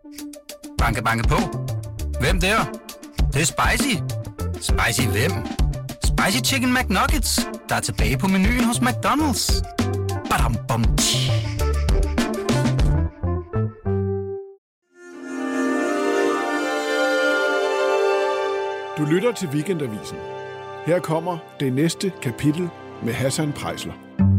Banke, banke på. Hvem der? Det er spicy. Spicy hvem? Spicy Chicken McNuggets, der er tilbage på menuen hos McDonald's. Badum, bom, tji. Du lytter til Weekendavisen. Her kommer det næste kapitel med Hassan Preisler.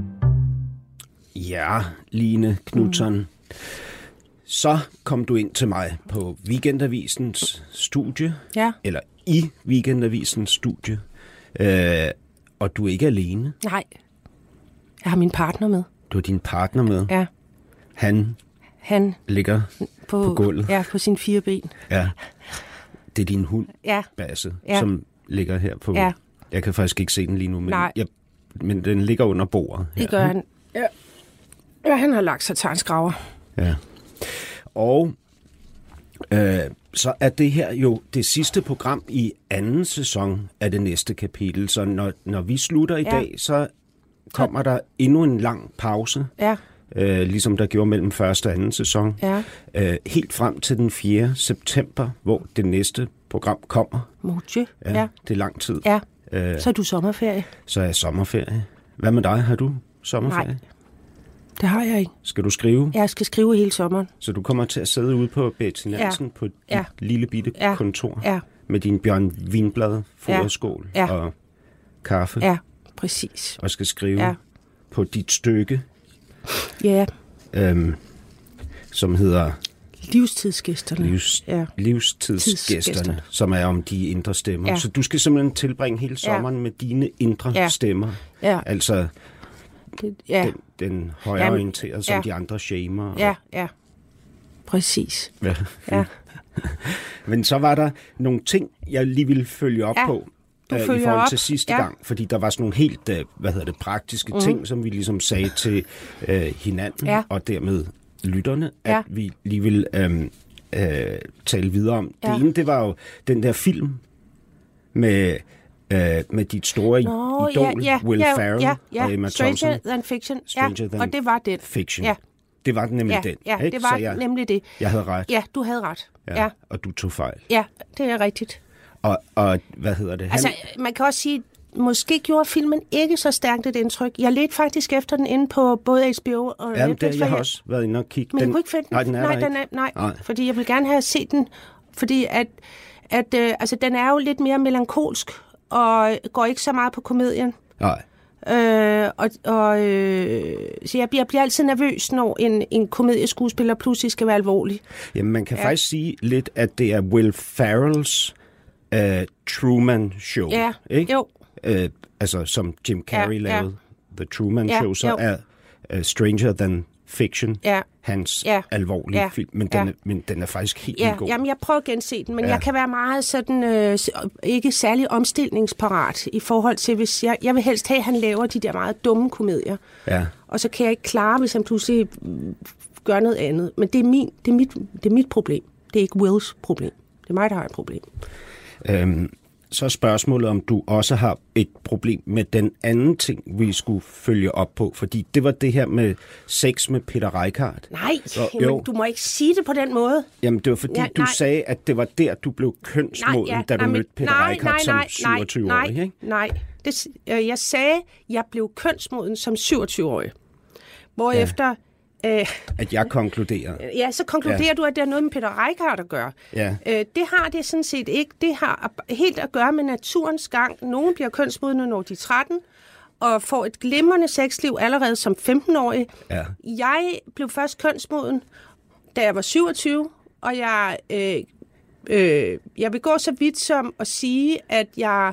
Ja, Line Knutzon. Så kom du ind til mig på Weekendavisens studie. Ja. Eller i Weekendavisens studie. Og du er ikke alene. Nej. Jeg har min partner med. Du har din partner med. Ja. Han ligger på gulvet. Ja, på sine 4 ben. Ja. Det er din hund, ja. Basse, ja. som ligger her på... Ja. Jeg kan faktisk ikke se den lige nu, men den ligger under bordet. Her. Det gør han. Ja, han har lagt sig til en skraver. Ja. Og så er det her jo det sidste program i anden sæson af det næste kapitel. Så når vi slutter i dag, så kommer der endnu en lang pause. Ja. Ligesom der gjorde mellem første og anden sæson. Ja. Helt frem til den 4. september, hvor det næste program kommer. Mon Dieu. Ja, det er lang tid. Ja. Så er du sommerferie. Så er jeg sommerferie. Hvad med dig? Har du sommerferie? Nej, det har jeg ikke. Skal du skrive? Jeg skal skrive hele sommeren. Så du kommer til at sidde ude på Betty Nansen på dit lille bitte kontor med din Bjørn Vinblad foderskål og kaffe? Ja, præcis. Og skal skrive på dit stykke? Ja. Som hedder... Livstidsgæsterne. Livstidsgæsterne, som er om de indre stemmer. Ja. Så du skal simpelthen tilbringe hele sommeren med dine indre stemmer. Ja. Altså den højreorienterede som de andre shamer. Ja. Præcis. Ja. Men så var der nogle ting, jeg lige ville følge op på. I forhold til sidste gang, fordi der var sådan nogle helt, praktiske ting, som vi ligesom sagde til hinanden, og dermed lytterne, at vi lige vil tale videre om. Det ene, det var jo den der film med dit store idol, Will Ferrell og Emma Thompson. Stranger Than Fiction. Og det var det. Fiction. Ja. Det var nemlig den. Ja, ikke? Det var nemlig det. Jeg havde ret. Ja, du havde ret. Ja. Og du tog fejl. Ja, det er rigtigt. Og hvad hedder det? Altså, man kan også sige, måske gjorde filmen ikke så stærkt et indtryk. Jeg ledte faktisk efter den inde på både HBO og Netflix. Jeg har også været inde og kigge. Men jeg kunne ikke finde den. Nej, fordi jeg vil gerne have set den, fordi at den er jo lidt mere melankolsk og går ikke så meget på komedien. Nej. Så jeg bliver altid nervøs, når en komedieskuespiller pludselig skal være alvorlig. Jamen, man kan faktisk sige lidt, at det er Will Ferrells Truman Show, ikke? Jo. Altså, som Jim Carrey lavede The Truman Show, så er Stranger Than Fiction hans alvorlige film, men den er faktisk helt god. Jamen, jeg prøver at gense den, men jeg kan være meget sådan, ikke særlig omstillingsparat i forhold til, hvis jeg vil helst have, at han laver de der meget dumme komedier. Ja. Og så kan jeg ikke klare, hvis han pludselig gør noget andet. Men det er mit problem. Det er ikke Wills problem. Det er mig, der har et problem. Så er spørgsmålet, om du også har et problem med den anden ting, vi skulle følge op på. Fordi det var det her med sex med Peter Reichardt. Nej, men du må ikke sige det på den måde. Jamen, det var fordi, du sagde, at det var der, du blev kønsmoden, da du mødte Peter Reichardt som 27-årig. Ikke? Nej. Jeg sagde, at jeg blev kønsmoden som 27-årig. Hvorefter... At jeg konkluderer. Ja, så konkluderer du, at det har noget med Peter Reichardt at gøre. Ja. Det har det sådan set ikke. Det har helt at gøre med naturens gang. Nogle bliver kønsmodne, når de er 13, og får et glimrende sexliv allerede som 15-årig. Ja. Jeg blev først kønsmoden, da jeg var 27, og jeg vil gå så vidt som at sige, at jeg...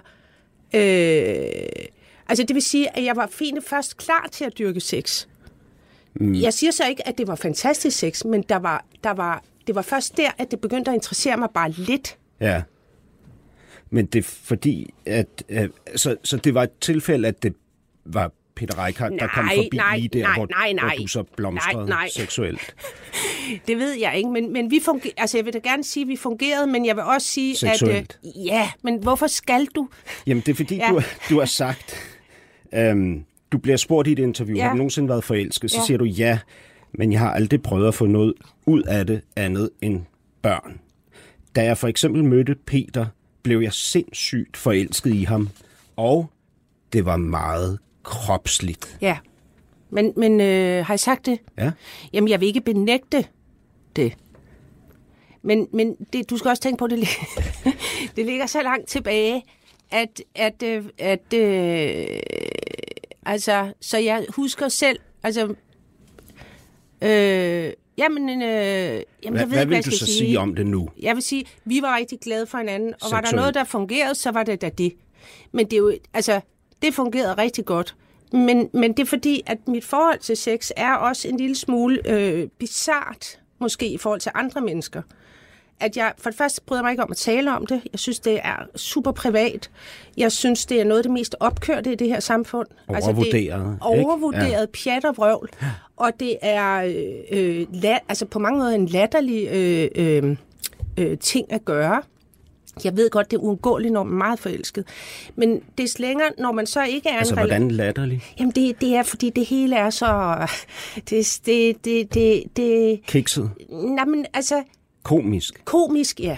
det vil sige, at jeg var fint først klar til at dyrke sex. Jeg siger så ikke, at det var fantastisk sex, men det var først der, at det begyndte at interessere mig bare lidt. Ja. Men det er fordi, at... Så det var et tilfælde, at det var Peter Reichardt, der kom forbi lige der, hvor du så blomstrede seksuelt. Det ved jeg ikke, men vi fungerede... Altså, jeg vil da gerne sige, at vi fungerede, men jeg vil også sige, seksuelt. At... men hvorfor skal du? Jamen, det er fordi, du har sagt... Du bliver spurgt i et interview, har du nogensinde været forelsket? Så siger du ja, men jeg har aldrig prøvet at få noget ud af det andet end børn. Da jeg for eksempel mødte Peter, blev jeg sindssygt forelsket i ham, og det var meget kropsligt. Ja, men har jeg sagt det? Ja. Jamen, jeg vil ikke benægte det. Men det, du skal også tænke på, det ligger så langt tilbage, altså, så jeg husker selv, altså, hvad vil du så sige om det nu? Jeg vil sige, vi var rigtig glade for hinanden, og var der noget, der fungerede, så var det da det. Men det er jo, altså, det fungerede rigtig godt. Men det er fordi, at mit forhold til sex er også en lille smule bizart, måske i forhold til andre mennesker. At jeg for det første bryder mig ikke om at tale om det. Jeg synes, det er super privat. Jeg synes, det er noget af det mest opkørte i det her samfund. Overvurderet. Overvurderet, pjat og vrøvl. Og det er altså på mange måder en latterlig ting at gøre. Jeg ved godt, det er uundgåeligt, når man er meget forelsket. Men des længere, når man så ikke er... Altså, hvordan latterlig? Jamen, det er, fordi det hele er så... Kikset? Nej, men altså... Komisk, ja.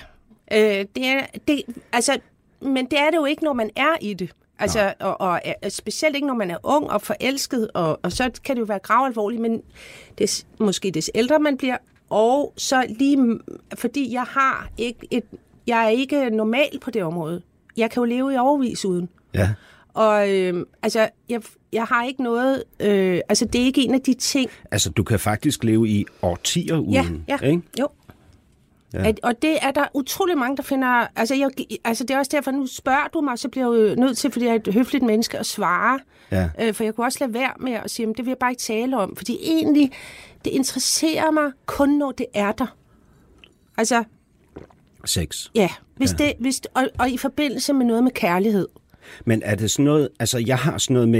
Men det er det jo ikke, når man er i det. Altså, og specielt ikke, når man er ung og forelsket, og så kan det jo være gravalvorligt, men måske des ældre man bliver, og så lige, fordi jeg er ikke normal på det område. Jeg kan jo leve i overvis uden. Ja. Og jeg har ikke noget... det er ikke en af de ting... Altså, du kan faktisk leve i årtier uden, ikke? Jo. Ja. Og det er der utrolig mange, der finder... Altså, det er også derfor, nu spørger du mig, så bliver jeg jo nødt til, fordi jeg er et høfligt menneske, at svare. Ja. For jeg kunne også lade være med at sige, det vil jeg bare ikke tale om. Fordi egentlig, det interesserer mig kun, når det er der. Altså... Sex. Ja. Og i forbindelse med noget med kærlighed. Men er det sådan noget... Altså, jeg har sådan noget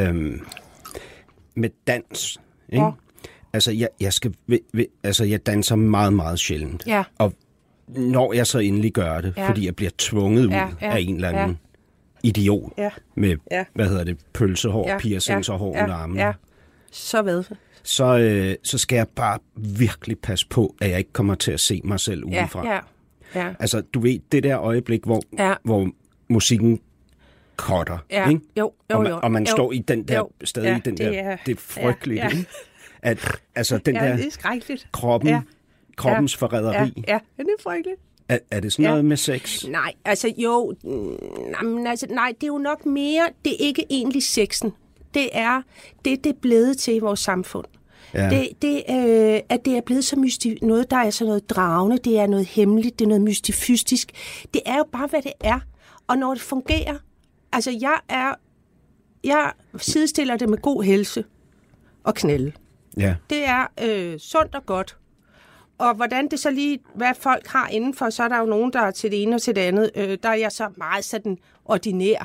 med dans, ikke? Ja. Altså, jeg danser meget, meget sjældent. Ja. Og når jeg så endelig gør det, fordi jeg bliver tvunget ud af en eller anden idiot med, pølsehår, piercings og hår under armen. Ja. Så hvad? Så skal jeg bare virkelig passe på, at jeg ikke kommer til at se mig selv udefra. Ja. Altså, du ved, det der øjeblik, hvor musikken cutter, ikke? Jo. Og man står i den der, stadig i den der, det er frygteligt, ikke? At, altså, den der det er skrækkeligt. Kroppens forræderi. Ja, det er frygteligt. Er det sådan noget med sex? Nej, altså jo, nej, det er jo nok mere, det er ikke egentlig sexen. Det er blevet til i vores samfund. Ja. At det er blevet så noget, der er så noget dragende, det er noget hemmeligt, det er noget mystifystisk. Det er jo bare, hvad det er. Og når det fungerer, altså jeg sidestiller det med god helse og knælde. Ja. Det er sundt og godt. Og hvordan det så lige, hvad folk har indenfor, så er der jo nogen, der er til det ene og til det andet. Der er jeg så meget sådan ordinær.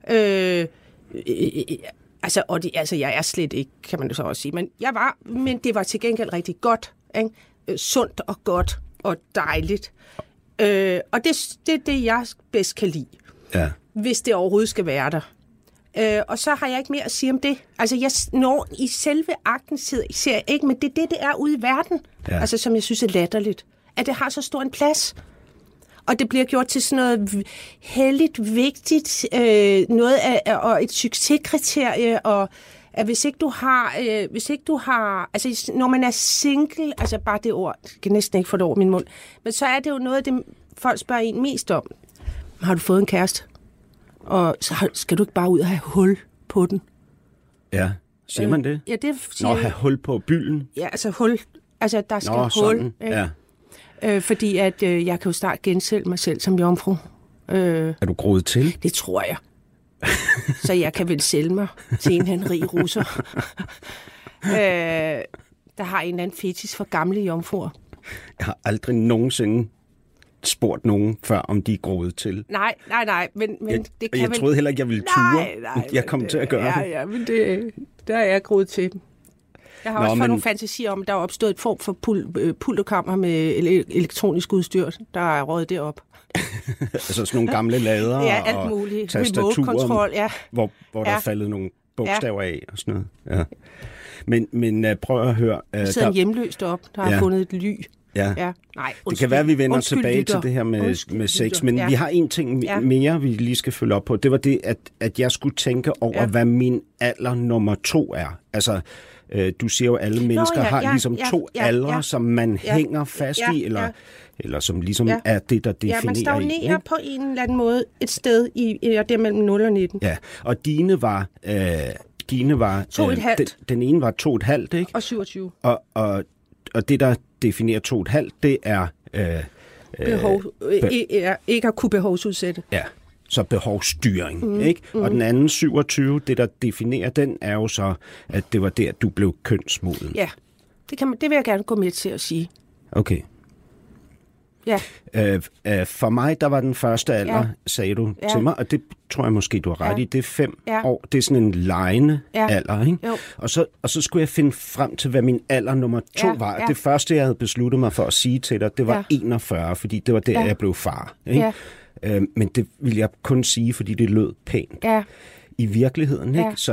Jeg er slet ikke, kan man så også sige. Men det var til gengæld rigtig godt. Ikke? Sundt og godt og dejligt. Og det er det, jeg bedst kan lide. Ja. Hvis det overhovedet skal være der. Og så har jeg ikke mere at sige om det. Altså, jeg når i selve akten ser jeg ikke, men det er ude i verden, altså, som jeg synes er latterligt. At det har så stor en plads. Og det bliver gjort til sådan noget heldigt, vigtigt, noget af, og et succeskriterie, og at hvis ikke du har, altså når man er single, altså bare det ord, jeg kan næsten ikke få det over min mund, men så er det jo noget af det, folk spørger en mest om. Har du fået en kæreste? Og så skal du ikke bare ud og have hul på den? Ja, siger man det? Ja, det siger have hul på bylden? Ja, altså hul. Altså, der skal hul. Sådan. Ja. Fordi at jeg kan jo snart gensælge mig selv som jomfru. Er du groet til? Det tror jeg. Så jeg kan vel sælge mig til en rig russer. Der har en eller anden fetis for gamle jomfruer. Jeg har aldrig nogensinde spurgt nogen før, om de er groet til. Nej, men det kan jeg troede heller ikke, jeg ville ture. Jeg kom til at gøre det. Ja, men der er jeg groet til. Jeg har også fået nogle fantasier om, at der er opstået et form for pulterkammer med elektronisk udstyr, der er røget derop. Altså sådan nogle gamle lader alt muligt. Og tastaturer, ja. hvor der er faldet nogle bogstaver af og sådan noget. Ja. Men prøv at høre. Der sidder en hjemløs deroppe, der har fundet et ly. Ja. Ja. Nej, det kan være, at vi vender tilbage til det her med sex, men vi har en ting mere, vi lige skal følge op på. Det var det, at jeg skulle tænke over, hvad min alder nummer 2 er. Altså, du siger jo, at alle mennesker har ligesom to aldre, som man hænger fast i, eller som ligesom er det, der definerer. Ja, man stagnerer på en eller anden måde et sted der mellem 0 og 19. Ja, og dine var 2,5. Den ene var 2,5, ikke? Og 27. Og det, der definerer 2,5, det er... ikke at kunne behovsudsætte. Ja, så behovsstyring, ikke? Og den anden 27, det, der definerer den, er jo så, at det var der, du blev kønsmoden. Ja, det vil jeg gerne gå med til at sige. Okay. Ja. For mig, der var den første alder, sagde du til mig, og det tror jeg måske, du har ret i, det er 5 år. Det er sådan en legende alder, ikke? Og så skulle jeg finde frem til, hvad min alder nummer 2 var. Det første, jeg havde besluttet mig for at sige til dig, det var 41, fordi det var der, jeg blev far. Ikke? Men det ville jeg kun sige, fordi det lød pænt. Ja. I virkeligheden, ikke? Så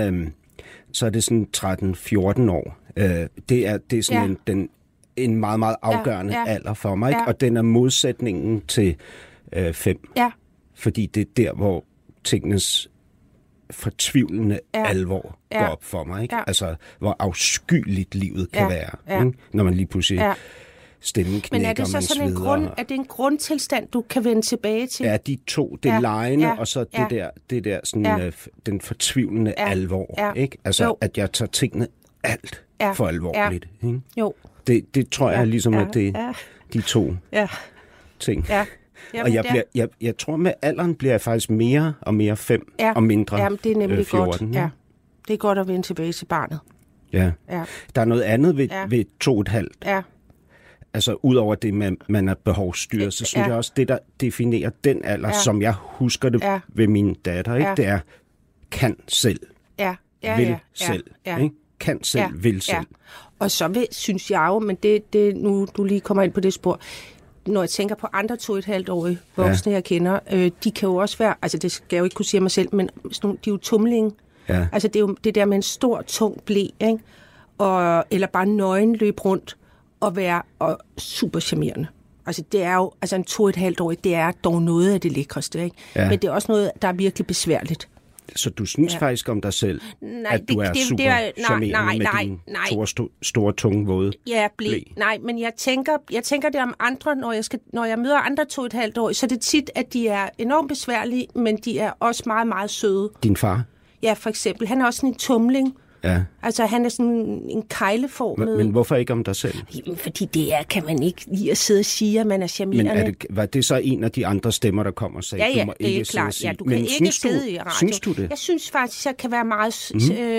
er det sådan 13-14 år. Det er sådan en meget, meget afgørende alder for mig, ikke? Og den er modsætningen til 5. Ja. Fordi det er der, hvor tingenes fortvivlende alvor går op for mig, ikke? Altså, hvor afskyeligt livet kan være, ikke? Når man lige pludselig stemmen knækker, men er det så sådan er det en grundtilstand, du kan vende tilbage til? Ja, de to, det legende, og så det der sådan, den fortvivlende alvor, ikke? Altså, at jeg tager tingene alt for alvorligt, ikke? Jo. Det tror jeg ligesom, at det er de to ting. Ja. Jamen, og jeg tror, med alderen bliver jeg faktisk mere og mere 5 og mindre 14. Jamen, det er nemlig 14, godt. Ja. Det er godt at vende tilbage til barnet. Ja. Der er noget andet ved 2,5. Ja. Altså, udover det, man er behovsstyret, så synes jeg også, det, der definerer den alder, som jeg husker det ved min datter, ikke? Det er kan selv. Vil selv. Ikke? Kan selv, vil selv. Og så synes jeg jo, men det nu du lige kommer ind på det spor, når jeg tænker på andre 2,5-årige voksne, jeg kender, de kan jo også være, altså det skal jeg jo ikke kunne sige mig selv, men de er jo tumlinge. Ja. Altså det er jo det der med en stor, tung ble, ikke? Eller bare nøgen løb rundt og være super charmerende. Altså det er jo, altså en 2,5-årig, det er dog noget af det lækreste, ikke? Ja. Men det er også noget, der er virkelig besværligt. Så du synes faktisk om dig selv, at du er super charmerende med din store, tunge, våde blæ? Nej, men jeg tænker det om andre, når jeg møder andre 2,5-årige, så er det tit, at de er enormt besværlige, men de er også meget, meget søde. Din far? Ja, for eksempel. Han er også sådan en tumling. Ja. Altså, han er sådan en kejleformet. Men hvorfor ikke om dig selv? Jamen, fordi det kan man ikke lige at sidde og sige, at man er charmerende. Men var det så en af de andre stemmer, der kom og sagde, du må ikke sidde og sige? Ja, du kan ikke sidde i radio. Synes du det? Jeg synes faktisk, jeg kan være meget...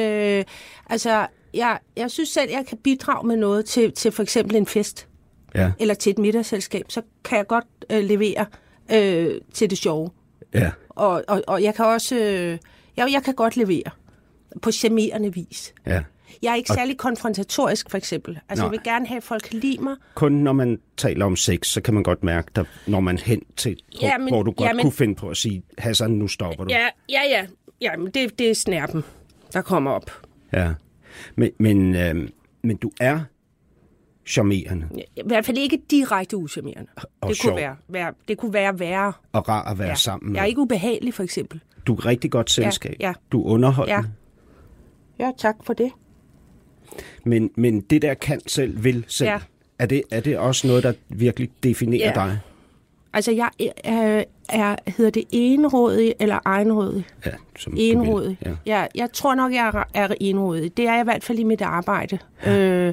jeg synes selv, jeg kan bidrage med noget til for eksempel en fest. Ja. Eller til et middagsselskab. Så kan jeg godt levere til det sjove. Ja. Og jeg kan også... jeg kan godt levere. På charmerende vis. Ja. Jeg er ikke særlig konfrontatorisk, for eksempel. Altså, jeg vil gerne have, at folk kan lide mig. Kun når man taler om sex, så kan man godt mærke, der, når man hen til, hvor du godt kunne finde på at sige, Hassan, nu stopper du. Ja, men det er snærpen, der kommer op. Ja, men du er charmerende. I hvert fald ikke direkte uscharmerende. Det kunne være værre. Og rar at være sammen med. Jeg er ikke ubehagelig, for eksempel. Du er rigtig godt selskab. Ja. Du er underholdende. Ja, tak for det. Men det der kan selv, vil selv, er det også noget, der virkelig definerer dig? Altså, jeg hedder det egenrådig eller egenrådig? Ja, som egenrådig. Ja. Jeg tror nok, jeg er egenrådig. Det er jeg i hvert fald i mit arbejde. Ja.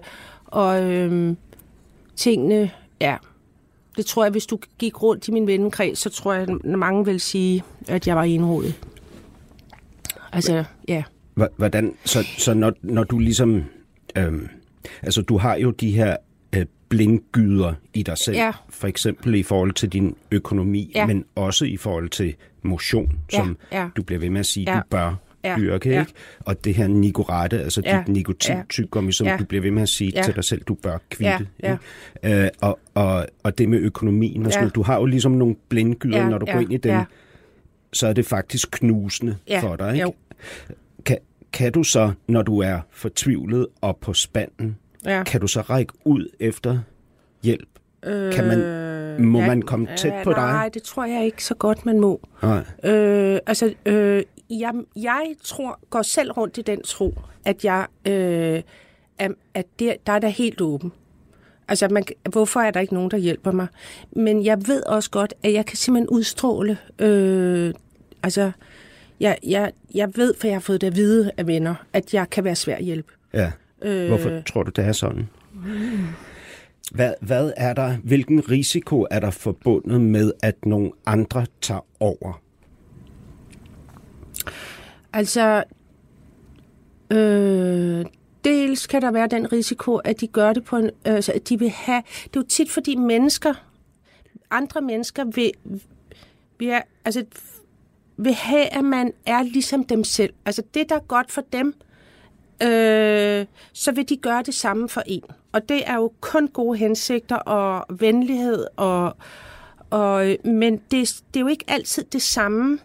Tingene, det tror jeg, hvis du gik rundt i min vennekreds, så tror jeg, at mange vil sige, at jeg var egenrådig. Altså, ja. Hvordan, så når du ligesom, altså du har jo de her blindgyder i dig selv, for eksempel i forhold til din økonomi, men også i forhold til motion, som du bliver ved med at sige, du bør dyrke, ikke? Og det her Nicorette, altså dit nikotin-tyggegummi, som du bliver ved med at sige til dig selv, du bør kvitte. Og det med økonomien, og sådan, du har jo ligesom nogle blindgyder, når du går ind i dem, så er det faktisk knusende for dig, ikke? Kan du så, når du er fortvivlet og på spanden, kan du så række ud efter hjælp? Må man komme tæt på dig? Nej, det tror jeg ikke så godt, man må. Nej. Jeg går selv rundt i den tro, at der er der helt åben. Altså, hvorfor er der ikke nogen, der hjælper mig? Men jeg ved også godt, at jeg kan simpelthen udstråle. Jeg ved, for jeg har fået det at vide af venner, at jeg kan være svær at hjælpe. Ja. Hvorfor tror du, det er sådan? Hvad er der? Hvilken risiko er der forbundet med, at nogle andre tager over? Altså, dels kan der være den risiko, at de gør det på en... at de vil have... Det er jo tit, fordi andre mennesker vil have, at man er ligesom dem selv. Altså, det, der er godt for dem, så vil de gøre det samme for en. Og det er jo kun gode hensigter og venlighed, men det er jo ikke altid det samme.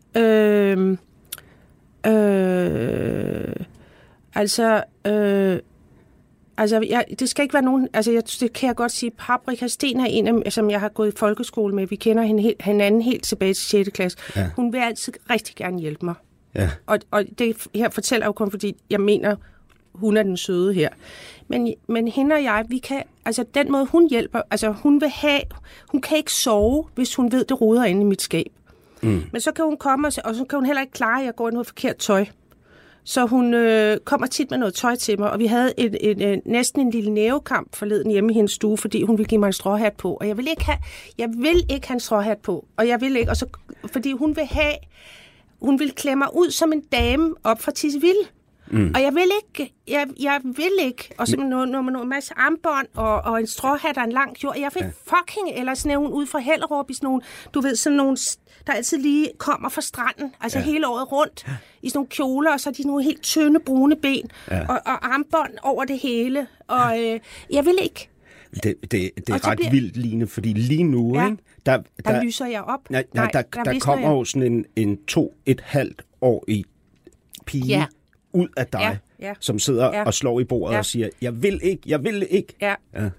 Det skal ikke være nogen... det kan jeg godt sige. Paprika Sten er en af, som jeg har gået i folkeskole med. Vi kender hinanden helt tilbage til 6. klasse. Ja. Hun vil altid rigtig gerne hjælpe mig. Ja. Og det her fortæller jeg jo kun, fordi jeg mener, hun er den søde her. Men hende og jeg, vi kan... Altså, den måde, hun hjælper... Altså, hun kan ikke sove, hvis hun ved, det roder inde i mit skab. Mm. Men så kan hun komme, og så kan hun heller ikke klare, at jeg går i noget forkert tøj. Så hun kommer tit med noget tøj til mig, og vi havde næsten en lille nævekamp forleden hjemme i hendes stue, fordi hun ville give mig en stråhat på. Og jeg vil ikke have en stråhat på, og jeg vil ikke, og så, fordi hun vil klemme mig ud som en dame op fra Tisvilde. Mm. Og jeg vil ikke, og så med en masse armbånd og en stråhat og en lang kjole. Jeg vil fucking ellers nævne ud fra Hellerup i sådan nogle, du ved, sådan nogle, der altid lige kommer fra stranden, altså hele året rundt, i sådan nogle kjoler, og så er de nogle helt tynde, brune ben, og armbånd over det hele. Og jeg vil ikke. Det er ret vildt, Line, fordi lige nu, ikke? Der lyser jeg op. Der kommer jo sådan en 2,5 år i pige ud af dig, som sidder og slår i bordet og siger, jeg vil ikke. Ja.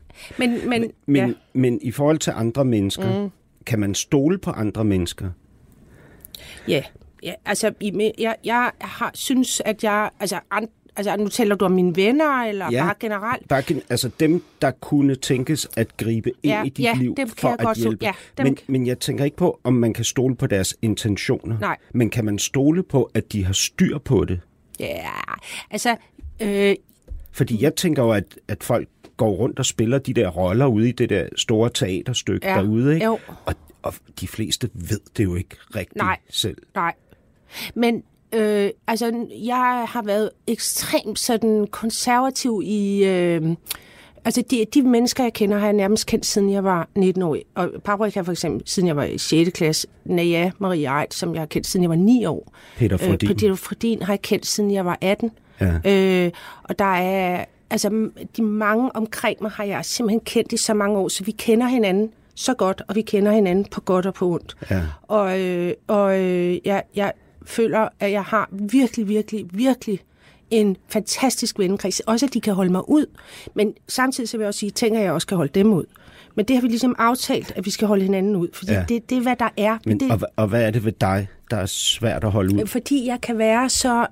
Men i forhold til andre mennesker, kan man stole på andre mennesker? Ja, altså, jeg synes, at jeg... Altså, nu taler du om mine venner, eller bare generelt? Altså dem, der kunne tænkes at gribe ind i dit liv for at hjælpe. Men jeg tænker ikke på, om man kan stole på deres intentioner. Nej. Men kan man stole på, at de har styr på det? Ja, altså... Fordi jeg tænker jo, at folk går rundt og spiller de der roller ude i det der store teaterstykke derude, ikke? Og de fleste ved det jo ikke rigtigt selv. Nej, men jeg har været ekstremt sådan konservativ i... de mennesker, jeg kender, har jeg nærmest kendt, siden jeg var 19 år. Og Paprika for eksempel, siden jeg var i 6. klasse. Naja, Marie Eid, som jeg har kendt, siden jeg var 9 år. Peter Frodin har jeg kendt, siden jeg var 18. Ja. Og der er... Altså, de mange omkring mig har jeg simpelthen kendt i så mange år, så vi kender hinanden så godt, og vi kender hinanden på godt og på ondt. Ja. Jeg føler, at jeg har virkelig, virkelig, virkelig en fantastisk vennekreds. Også, at de kan holde mig ud. Men samtidig så vil jeg også sige, at jeg også kan holde dem ud. Men det har vi ligesom aftalt, at vi skal holde hinanden ud. Fordi det er, hvad der er. Men, og hvad er det ved dig, der er svært at holde ud? Fordi jeg kan være så...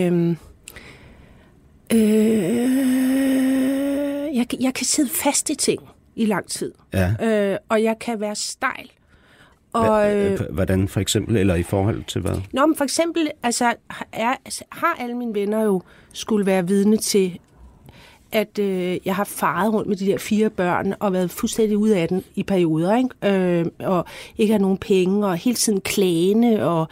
Jeg kan sidde fast i ting i lang tid. Ja. Og jeg kan være stejl. Hvordan for eksempel, eller i forhold til hvad? Nå, men for eksempel, har alle mine venner jo skulle være vidne til, at jeg har faret rundt med de der 4 børn og været fuldstændig ude af den i perioder, ikke? Og ikke har nogen penge, og hele tiden klagende og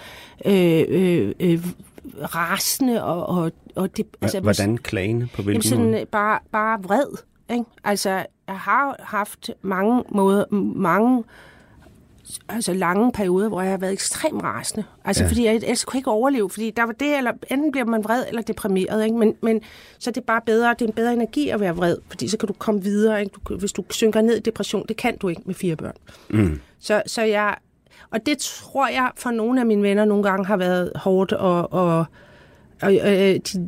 rasende og det. Altså, hvordan klagende? På hvilken måde? Bare vred, ikke? Altså, jeg har haft mange lange perioder, hvor jeg har været ekstremt rasende. Altså, fordi jeg ellers kunne ikke overleve, fordi der var det, eller enten bliver man vred eller deprimeret, ikke? Men så er det bare bedre, det er en bedre energi at være vred, fordi så kan du komme videre, ikke? Hvis du synker ned i depression, det kan du ikke med 4 børn. Mm. Så jeg... Og det tror jeg, for nogle af mine venner nogle gange har været hårdt,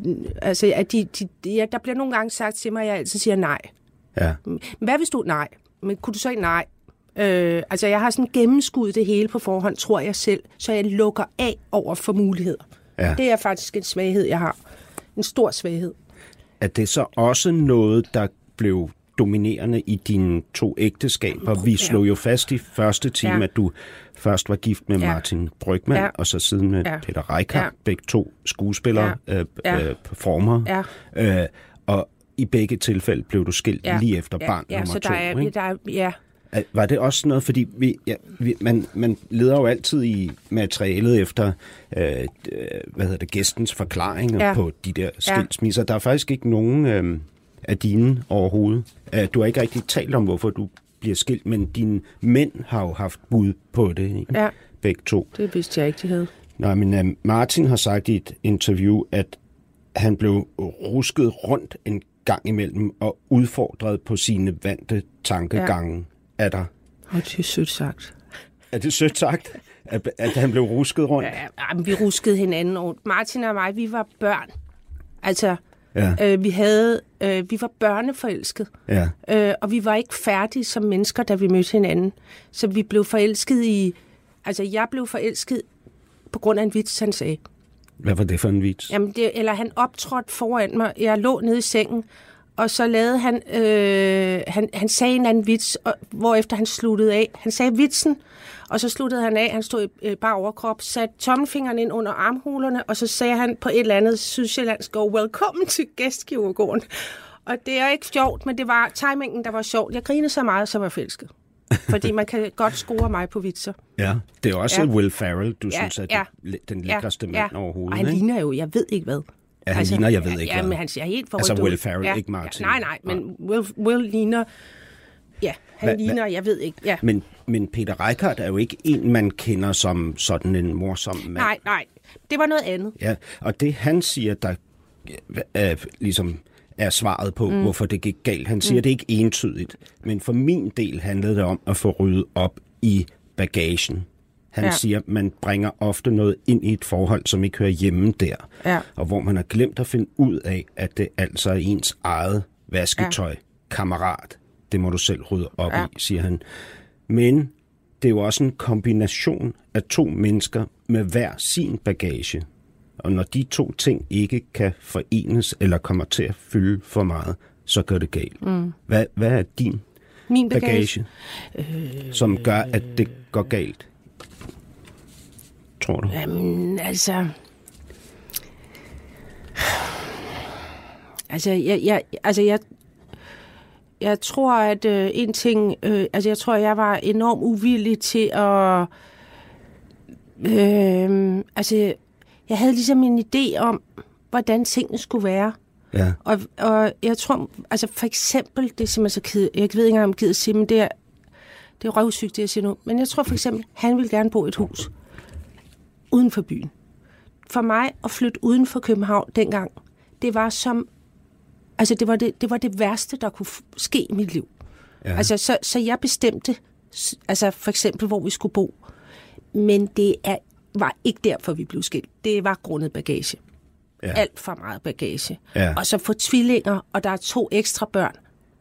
der bliver nogle gange sagt til mig, at jeg altid siger nej. Ja. Hvad hvis du... Nej. men kunne du så ikke? Nej. Altså, jeg har sådan gennemskuddet det hele på forhånd, tror jeg selv, så jeg lukker af over for muligheder. Ja. Det er faktisk en svaghed, jeg har. En stor svaghed. Er det så også noget, der blev dominerende i dine 2 ægteskaber? Vi slog jo fast i første time, at du først var gift med Martin Brygmann, og så siden med Peter Reichardt, begge 2 skuespillere, performer. Og i begge tilfælde blev du skilt lige efter barn nummer 2. Var det også noget, fordi man leder jo altid i materialet efter gæstens forklaringer på de der skilsmisser. Der er faktisk ikke nogen af dine overhovedet. Du har ikke rigtig talt om, hvorfor du bliver skilt, men dine mænd har jo haft bud på det, ikke? Ja. Begge 2. Det vidste jeg ikke, de havde. Nej, men Martin har sagt i et interview, at han blev rusket rundt en gang imellem og udfordret på sine vante tankegange. Er der? Det er sødt sagt. Er det sødt sagt, at han blev rusket rundt? Ja, vi ruskede hinanden rundt. Martin og mig, vi var børn. Altså, vi var børneforelsket. Ja. Og vi var ikke færdige som mennesker, da vi mødte hinanden. Så vi blev forelsket i... Altså, jeg blev forelsket på grund af en vits, han sagde. Hvad var det for en vits? Jamen, han optrådte foran mig. Jeg lå nede i sengen, og så lavede han sagde en anden vits, hvorefter han sluttede af. Han sagde vitsen, og så sluttede han af. Han stod i bare overkrop, satte tommelfingeren ind under armhulerne, og så sagde han på et eller andet sydsjællandsk ord, velkommen til gæstkirurgården. Og det er ikke sjovt, men det var timingen, der var sjovt. Jeg grinede så meget, så var jeg forelsket. Fordi man kan godt score mig på vitser. Ja, det er også Will Ferrell, du synes er den lækreste mand overhovedet. Og han ligner jo, jeg ved ikke hvad. Ja, han ligner, jeg ved ikke hvad. Ja, men han ser helt forholdt Altså Will Ferrell, ikke Martin. Nej, men Will ligner... Ja, han ligner, jeg ved ikke. Ja. Men Peter Reichardt er jo ikke en, man kender som sådan en morsom mand. Nej, det var noget andet. Ja, og det han siger, der ligesom er svaret på, hvorfor det gik galt. Han siger, det er ikke entydigt, men for min del handlede det om at få ryddet op i bagagen. Han siger, man bringer ofte noget ind i et forhold, som ikke hører hjemme der. Ja. Og hvor man har glemt at finde ud af, at det altså er ens eget vasketøj, kammerat. Det må du selv rydde op i, siger han. Men det er jo også en kombination af 2 mennesker med hver sin bagage. Og når de 2 ting ikke kan forenes eller kommer til at fylde for meget, så gør det galt. Hvad er min bagage, som gør, at det går galt? Tror du? Jamen, jeg tror, at en ting... jeg tror, jeg var enormt uvillig til at... jeg havde ligesom en idé om, hvordan tingene skulle være. Ja. Og jeg tror... Altså, for eksempel, det er simpelthen så kedeligt. Jeg ved ikke engang, om jeg gider sige, men det er røvsygt, det jeg siger nu. Men jeg tror for eksempel, han ville gerne bo i et hus uden for byen. For mig at flytte uden for København dengang, det var som... Altså, det var det værste, der kunne ske i mit liv. Ja. Altså, så jeg bestemte, altså for eksempel, hvor vi skulle bo. Men det var ikke derfor, vi blev skilt. Det var grundet bagage. Ja. Alt for meget bagage. Ja. Og så få tvillinger, og der er 2 ekstra børn.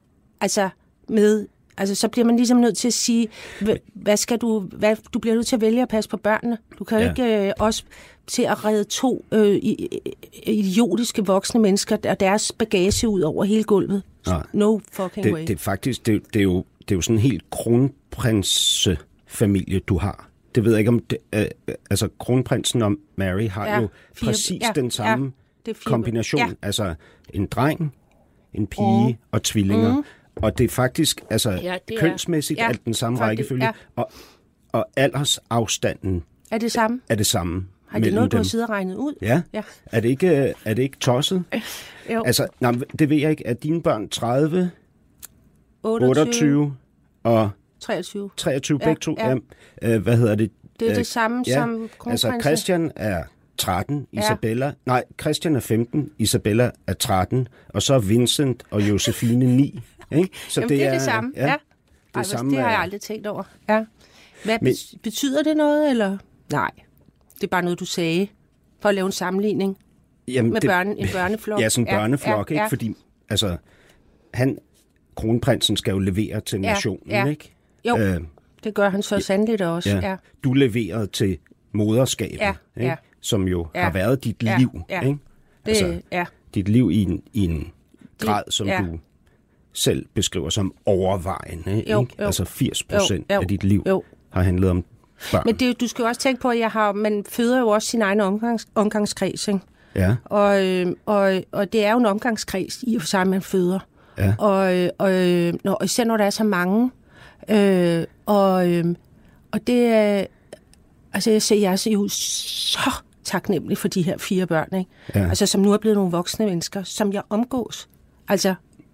Altså, så bliver man ligesom nødt til at sige, du bliver nødt til at vælge at passe på børnene. Du kan jo ikke også til at redde 2 idiotiske voksne mennesker og deres bagage ud over hele gulvet. No fucking way. Det er faktisk, det er jo sådan en helt kronprinsefamilie, du har. Det ved jeg ikke om det, kronprinsen og Mary har jo præcis den samme kombination. Altså en dreng, en pige og tvillinger. Og det er faktisk, kønsmæssigt er den samme rækkefølge. Ja. Og aldersafstanden er det samme. Har det noget, du har siddet og regnet ud? Ja. Er det ikke tosset? Jo. Altså, det ved jeg ikke. Er dine børn 30, 28 og 23 begge 2? Ja. Hvad hedder det? Det er det samme som kronprinsen. Altså, Christian er 13, Christian er 15, Isabella er 13, og så er Vincent og Josefine 9. Ikke? Så jamen, det er det samme. Ja. Det har jeg aldrig tænkt over. Ja. Betyder det noget, eller? Nej, det er bare noget, du sagde, for at lave en sammenligning med en børneflok. Ja, sådan en børneflok, ikke? Fordi, altså, kronprinsen skal jo levere til nationen, ikke? Jo, det gør han så sandeligt også. Ja. Du leverede til moderskabet, ikke? Som jo har været dit liv, ikke? Dit liv i en grad, som du selv beskriver som overvejende, ikke? Altså 80% af dit liv har handlet om børn. Men du skal jo også tænke på, at man føder jo også sin egen omgangskreds, ikke? Ja. Og det er jo en omgangskreds i og for sig, man føder. Ja. Og især når der er så mange. Og det er... Altså, jeg er jo så taknemmelig for de her 4 børn, ikke? Ja. Altså, som nu er blevet nogle voksne mennesker, som jeg omgås. Altså...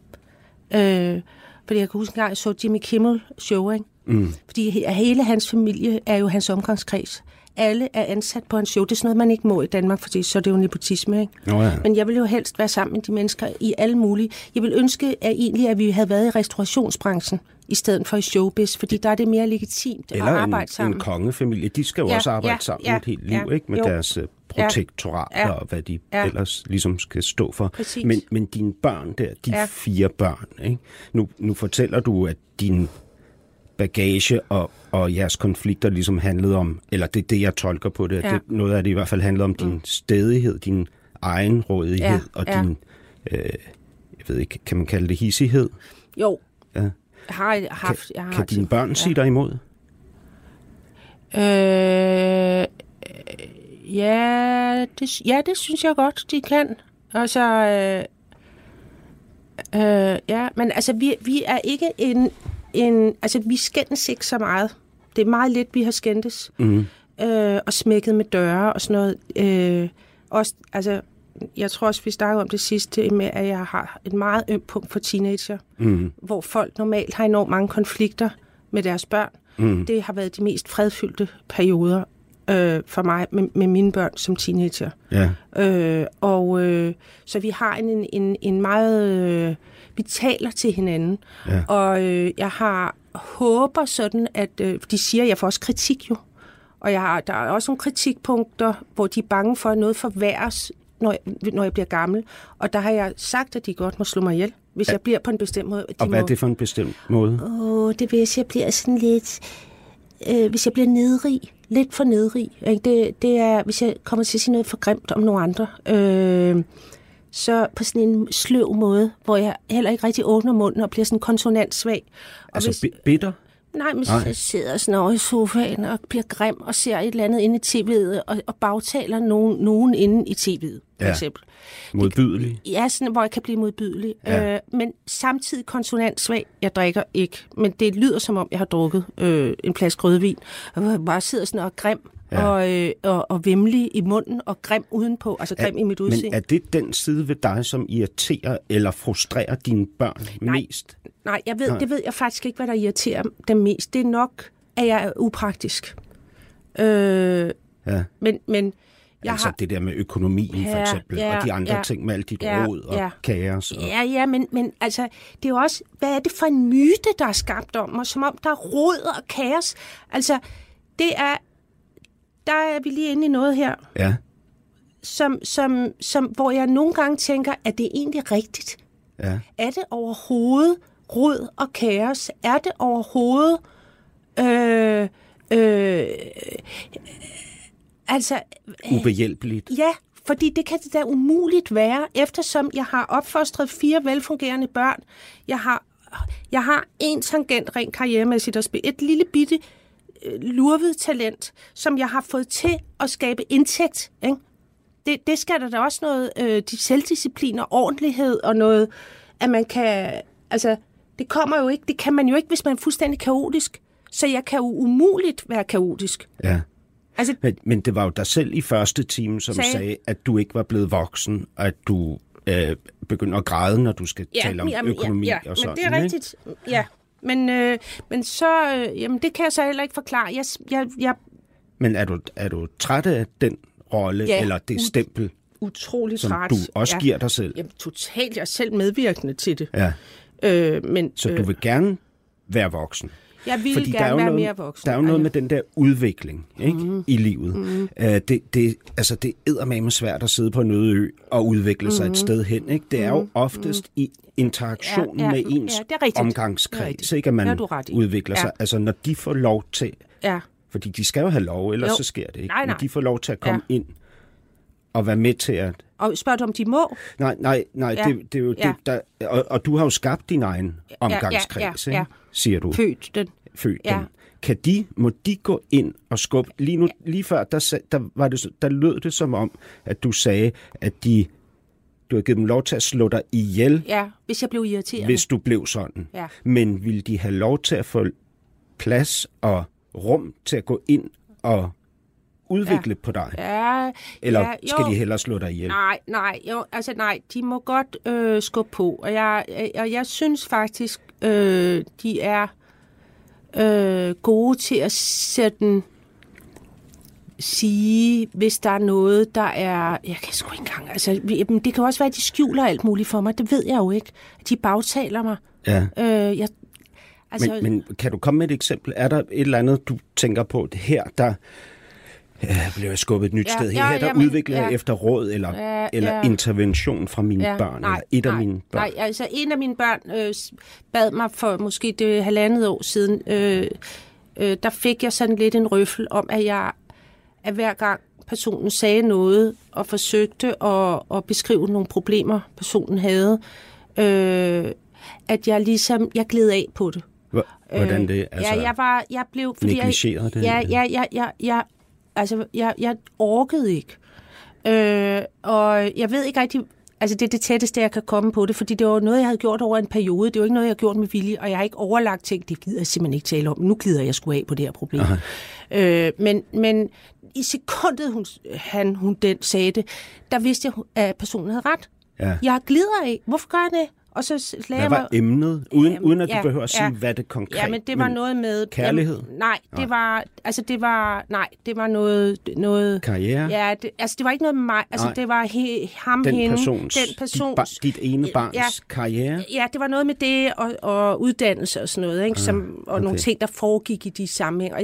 fordi jeg kan huske en gang, jeg så Jimmy Kimmel show, ikke? Fordi hele hans familie er jo hans omgangskreds. Alle er ansat på hans show. Det er sådan noget, man ikke må i Danmark, fordi så er det jo nepotisme, ikke? Men jeg vil jo helst være sammen med de mennesker i alle mulige. Jeg vil ønske at vi havde været i restaurationsbranchen, i stedet for i showbiz, fordi der er det mere legitimt at arbejde sammen. Eller en kongefamilie. De skal jo også arbejde sammen et helt liv, ikke? Med deres protektorater og hvad de ellers ligesom skal stå for. Men dine børn der, de 4 børn, ikke? Nu fortæller du, at din bagage og jeres konflikter ligesom handlede om, eller det er det, jeg tolker på det, at noget af det i hvert fald handlede om din stædighed, din egenrådighed og din, jeg ved ikke, kan man kalde det hissighed? Jo. Ja. Kan dine børn sige dig imod? Det synes jeg godt, de kan. Altså, men altså, vi er ikke altså, vi skændes ikke så meget. Det er meget lidt, vi har skændtes. Og smækket med døre og sådan noget. Også, altså, jeg tror også, vi snakker om det sidste med, at jeg har et meget ømt punkt for teenager, hvor folk normalt har enormt mange konflikter med deres børn. Det har været de mest fredfyldte perioder for mig med mine børn som teenager. Ja. Så vi har en meget... vi taler til hinanden, og jeg håber sådan, at de siger, at jeg får også kritik jo, og der er også nogle kritikpunkter, hvor de er bange for, at noget forværres, når jeg bliver gammel. Og der har jeg sagt, at de godt må slå mig ihjel, hvis jeg bliver på en bestemt måde. Og hvad er det for en bestemt måde? Det er, hvis jeg bliver sådan lidt... hvis jeg bliver nedrig, lidt for nedrig. Det er, hvis jeg kommer til at sige noget for grimt om nogle andre. Så på sådan en sløv måde, hvor jeg heller ikke rigtig åbner munden og bliver sådan konsonantsvag. Altså bitter? Nej, men jeg sidder sådan over i sofaen og bliver grim og ser et eller andet inde i tv'et og bagtaler nogen inde i tv'et, for eksempel. Modbydelig? Ja, sådan, hvor jeg kan blive modbydelig. Ja. Men samtidig konsonantsvag. Jeg drikker ikke, men det lyder som om, jeg har drukket en flaske rødvin. Og jeg bare sidder sådan og er grim og vemmelig i munden og grim udenpå, altså grim i mit udseende. Men er det den side ved dig, som irriterer eller frustrerer dine børn mest? Nej, det ved jeg faktisk ikke, hvad der irriterer dem mest. Det er nok, at jeg er upraktisk. Men altså det der med økonomien for eksempel, og de andre ting med alt dit råd og kaos. Og... Ja, men altså, det er jo også, hvad er det for en myte, der er skabt om mig, som om der er råd og kaos. Altså, der er vi lige inde i noget her, som hvor jeg nogle gange tænker, at det er egentlig rigtigt. Ja. Er det overhovedet rod og kaos? Er det overhovedet... altså... ubehjælpeligt? Ja, fordi det kan det da umuligt være, eftersom jeg har opfostret 4 velfungerende børn. Jeg har en tangent rent karrieremæssigt at spille. Et lille bitte lurvet talent, som jeg har fået til at skabe indtægt, ikke? Det skal der da også noget selvdisciplin og ordentlighed og noget, at man kan... Altså, det kommer jo ikke... Det kan man jo ikke, hvis man er fuldstændig kaotisk. Så jeg kan jo umuligt være kaotisk. Ja. Altså, men det var jo dig selv i første time, som sagde, at du ikke var blevet voksen, og at du begynder at græde, når du skal tale om økonomi og sådan. Men det er rigtigt. Ja. Men så... jamen, det kan jeg så heller ikke forklare. Men er du træt af den rolle, eller det stempel, utrolig som træt. Du også giver dig selv? Jamen, totalt. Jeg er selv medvirkende til det. Ja. Så du vil gerne være voksen? Jeg ville gerne være mere voksen. Der er jo noget med den der udvikling, ikke, i livet. Det er eddermame svært at sidde på en øde ø og udvikle sig et sted hen. Ikke? Det er jo oftest i interaktion med ens omgangskreds, ikke, at man udvikler sig. Altså, når de får lov til... Ja. Fordi de skal jo have lov, ellers så sker det ikke. Nej. Når de får lov til at komme ind og være med til at... Og spørger du, om de må? Nej, det er jo det, der... Og du har jo skabt din egen omgangskreds, ikke? Siger du. Født den. Må de gå ind og skubbe? Lige før, der lød det som om, at du sagde, at du har givet dem lov til at slå dig ihjel. Ja, hvis jeg blev irriteret. Hvis du blev sådan. Ja. Men vil de have lov til at få plads og rum til at gå ind og udvikle på dig? Ja, eller skal de hellere slå dig ihjel? Nej, de må godt skubbe på. Og jeg synes faktisk, de er gode til at sige, hvis der er noget, der er... Jeg kan sgu ikke engang... Altså, det kan også være, at de skjuler alt muligt for mig. Det ved jeg jo ikke. De bagtaler mig. Ja. Men kan du komme med et eksempel? Er der et eller andet, du tænker på, det her, der bliver jeg skubbet et nyt sted? Her, der udvikler jeg efter råd eller intervention fra mine børn? Eller mine børn? Nej, altså en af mine børn bad mig for måske det 1,5 år siden, der fik jeg sådan lidt en røffel om, at hver gang personen sagde noget og forsøgte at beskrive nogle problemer, personen havde, at jeg gled af på det. Hvordan det? Altså, jeg blev... Fordi negligeret det? Jeg orkede ikke. Og jeg ved ikke rigtig... Altså, det er det tætteste, jeg kan komme på det, fordi det var noget, jeg havde gjort over en periode. Det var ikke noget, jeg har gjort med vilje, og jeg har ikke overlagt ting. Det gider jeg simpelthen ikke tale om. Nu glider jeg sgu af på det her problem. Men i sekundet, hun sagde det, der vidste jeg, at personen havde ret. Ja. Jeg glider af. Hvorfor gør jeg det? Og så hvad var emnet? Uden at du behøver at sige, hvad det konkret... Ja, men det var noget med... Kærlighed? Det var noget... Karriere? Ja, det var ikke noget med mig. Altså, det var hende. Dit ene barns karriere? Ja, det var noget med det og uddannelse og sådan noget, ikke? Nogle ting, der foregik i de sammenhæng.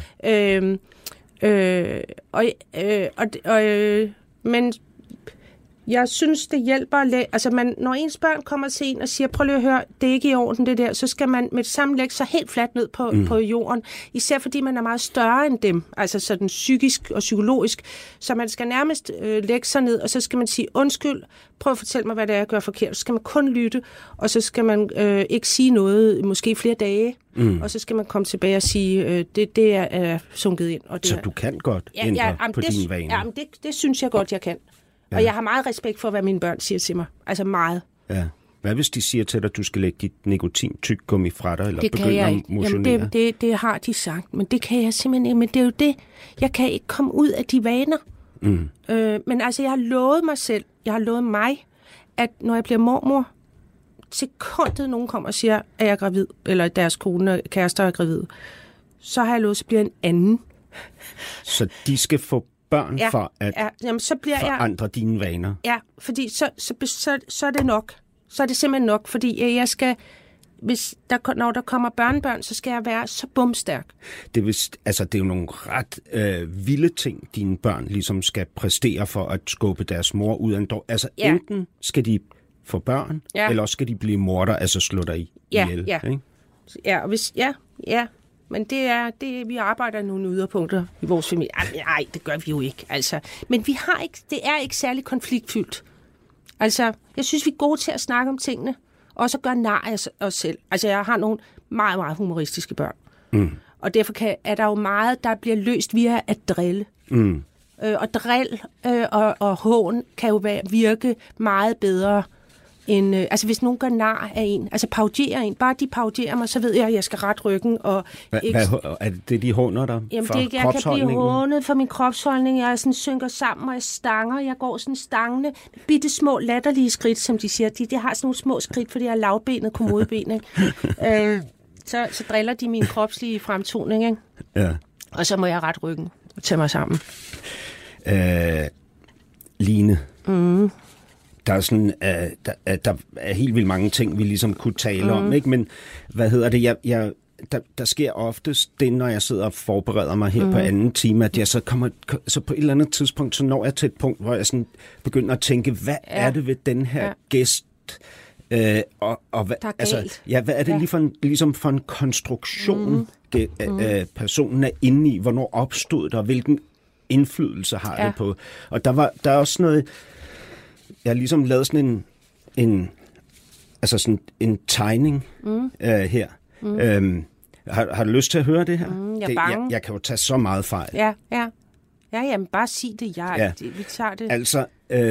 Men... Jeg synes, det hjælper... Altså, når ens børn kommer til en og siger, prøv lige at høre, det er ikke i orden, det der, så skal man med det samme lægge sig helt fladt ned på jorden. Især fordi man er meget større end dem, altså sådan psykisk og psykologisk. Så man skal nærmest lægge sig ned, og så skal man sige, undskyld, prøv at fortælle mig, hvad det er, jeg gør forkert. Så skal man kun lytte, og så skal man ikke sige noget, måske flere dage. Og så skal man komme tilbage og sige, det er sunket ind. Og det så du kan godt ændre på dine vaner? Ja, det synes jeg godt, jeg kan. Ja. Og jeg har meget respekt for, hvad mine børn siger til mig. Altså meget. Ja. Hvad hvis de siger til dig, at du skal lægge dit nikotin-tyggegummi fra dig, eller begynde at motionere? Jamen, det har de sagt, men det kan jeg simpelthen ikke. Men det er jo det. Jeg kan ikke komme ud af de vaner. Men altså, jeg har lovet mig, at når jeg bliver mormor, sekundet nogen kommer og siger, at jeg er gravid, eller deres kone, kærester er gravid, så har jeg lovet, at bliver en anden. Så de skal få børn for at forandre dine vaner? Ja, fordi så er det nok. Så er det simpelthen nok, fordi jeg skal... når der kommer børnebørn, så skal jeg være så bumstærk. Det er jo nogle ret vilde ting, dine børn ligesom skal præstere for at skubbe deres mor ud af en dør. Altså enten skal de få børn, eller også skal de blive morder, altså slå dig ihjel. Ikke? Ja, og hvis... Ja. Men det er vi arbejder nogle yderpunkter i vores familie. Nej, det gør vi jo ikke. Altså. Men det er ikke særlig konfliktfyldt. Altså, jeg synes, vi er gode til at snakke om tingene, og så gøre nar af os selv. Altså, jeg har nogle meget, meget humoristiske børn. Og derfor er der jo meget, der bliver løst via at drille. Og drill og hån kan jo virke meget bedre end... altså, hvis nogen gør nar af en, altså parodierer en, bare de parodierer mig, så ved jeg, at jeg skal ret ryggen. Og er det de håner dig for jeg kan blive hånet for min kropsholdning. Jeg sådan synker sammen, og jeg stanger. Jeg går sådan stangende, bitte små latterlige skridt, som de siger. De har sådan nogle små skridt, fordi jeg har lavbenet, kommodeben, ikke? Så driller de min kropslige fremtoning, ikke? Ja. Og så må jeg ret ryggen og tage mig sammen. Line. Der er sådan, der er helt vildt mange ting, vi ligesom kunne tale om, ikke? Men hvad hedder det? der sker oftest det, når jeg sidder og forbereder mig her på anden time, at jeg så på et eller andet tidspunkt, så når jeg til et punkt, hvor jeg sådan begynder at tænke, hvad er det ved den her gæst, og hvad, hvad er det ligesom for en konstruktion, personen er inde i, hvornår opstod der, hvilken indflydelse har det på. Og der er også noget, jeg har ligesom lavet sådan en tegning her. Har du lyst til at høre det her? Jeg er bange. Jeg kan jo tage så meget fejl. Ja, jamen bare sig det, vi tager det. Altså,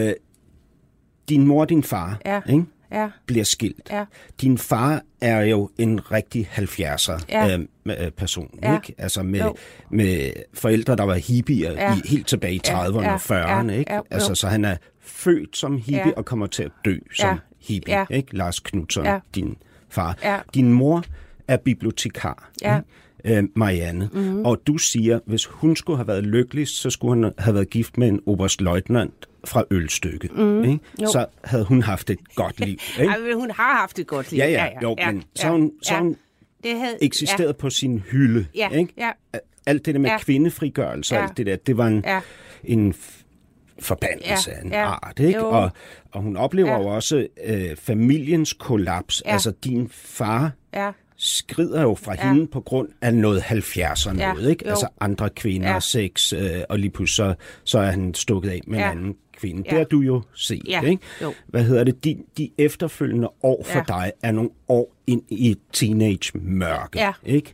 din mor og din far, ikke? Ja. Bliver skilt. Ja. Din far er jo en rigtig 70'er person, ikke? Altså med forældre, der var hippier helt tilbage i 30'erne og 40'erne, ikke? Altså, så han er født som hippie og kommer til at dø som hippie, ikke? Lars Knutzon, din far. Ja. Din mor er bibliotekar, Marianne. Og du siger, hvis hun skulle have været lykkelig, så skulle hun have været gift med en oberstløjtnant fra Ølstykke. Ikke? Så havde hun haft et godt liv. Ikke? Ej, hun har haft et godt liv. Men så hun eksisteret på sin hylde. Ikke? Ja. Alt det der med kvindefrigørelse, alt det der, det var en forbandelse af en art. Ikke? Og hun oplever jo også familiens kollaps. Altså din far skrider jo fra hende på grund af noget 70'er noget, ikke? Altså andre kvinder, sex, og lige pludselig så er han stukket af med en anden kvinde. Det har du jo set, ikke? Jo. Hvad hedder det? De efterfølgende år for dig er nogle år ind i teenage-mørke, ikke?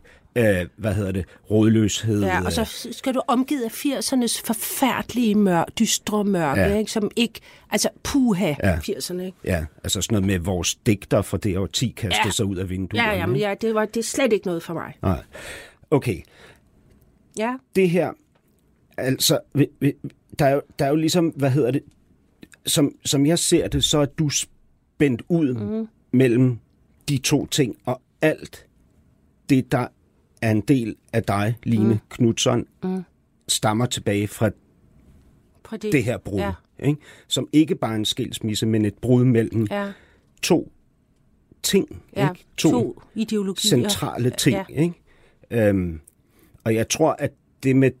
Rådløshed. Ja, og så skal du omgivet af 80'ernes forfærdelige dystre mørke, ikke? Som ikke, altså puha, 80'erne, ikke? Ja, altså sådan noget med vores digter fra det årti kastede sig ud af vinduet. Men det er slet ikke noget for mig. Nej. Okay. Ja. Det her, altså, der er jo ligesom, som jeg ser det, så er du spændt ud mellem de to ting, og alt det, der er en del af dig, Line Knutzon, stammer tilbage fra det her brud. Ja. Ikke? Som ikke bare er en skilsmisse, men et brud mellem to ting. Ja, ikke? To ideologier. Centrale ting. Ja. Ikke? Og jeg tror, at det med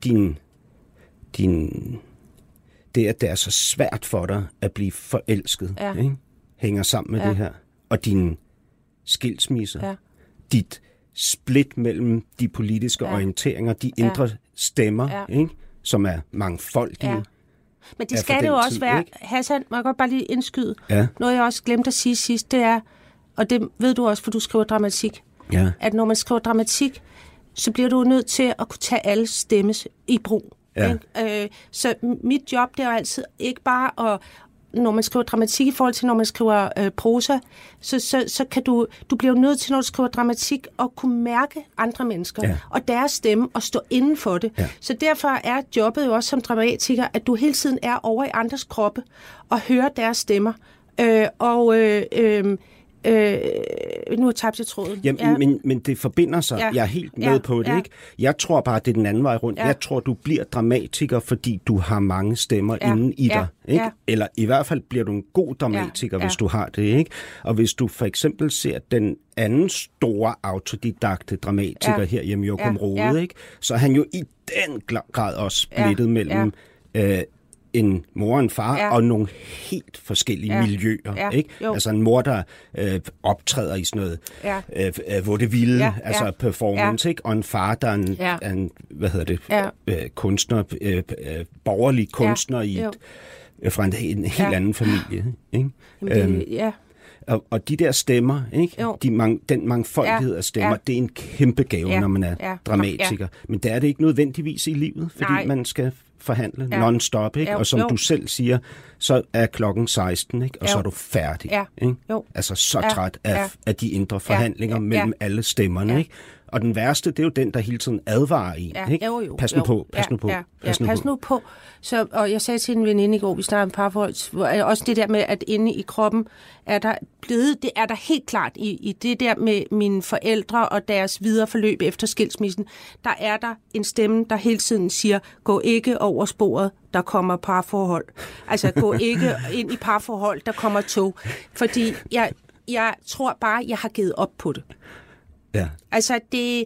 det, at det er så svært for dig at blive forelsket, ikke? Hænger sammen med det her. Og din skilsmisse, dit split mellem de politiske orienteringer, de indre stemmer, ikke? Som er mangfoldige. Ja. Men det skal det jo også være. Ikke? Hassan, må jeg godt bare lige indskyde. Ja. Noget jeg også glemte at sige sidst, det er, og det ved du også, for du skriver dramatik, at når man skriver dramatik, så bliver du nødt til at kunne tage alle stemmes i brug. Ja. Så mit job, det er jo altid ikke bare at, når man skriver dramatik i forhold til, når man skriver prosa, så kan du bliver jo nødt til, når du skriver dramatik, at kunne mærke andre mennesker og deres stemme og stå inden for det. Ja. Så derfor er jobbet jo også som dramatiker, at du hele tiden er over i andres kroppe og hører deres stemmer. Nu har jeg tabt tråden. Jamen, men det forbinder sig. Jeg er helt med på det, ikke? Jeg tror bare, det er den anden vej rundt. Jeg tror, du bliver dramatiker, fordi du har mange stemmer inde i dig. Ikke? Eller i hvert fald bliver du en god dramatiker, hvis du har det, ikke? Og hvis du for eksempel ser den anden store autodidakte dramatiker herhjemme, Joachim Rode, ikke? Så er han jo i den grad også splittet mellem en mor og en far og nogle helt forskellige miljøer. Ikke? Altså en mor, der optræder i sådan noget vaudeville, altså performance, ikke? Og en far, der er en kunstner, borgerlig kunstner fra en helt anden familie. Ikke? Og de der stemmer, ikke? Den mangfoldighed af stemmer, det er en kæmpe gave, når man er dramatiker. Men der er det ikke nødvendigvis i livet, fordi man skal forhandle non-stop, ikke? Og som du selv siger, så er klokken 16, ikke? Og så er du færdig. Ikke? Altså så træt af de indre forhandlinger mellem alle stemmerne, ikke? Og den værste, det er jo den, der hele tiden advarer en. Ikke? Pas nu på. Så, og jeg sagde til en veninde i går, vi snakkede om parforhold, også det der med, at inde i kroppen er der blevet, det er der helt klart i det der med mine forældre og deres videre forløb efter skilsmissen, der er der en stemme, der hele tiden siger, gå ikke over sporet, der kommer parforhold. Altså gå ikke ind i parforhold, der kommer tog. Fordi jeg tror bare, jeg har givet op på det. Ja. Altså, det...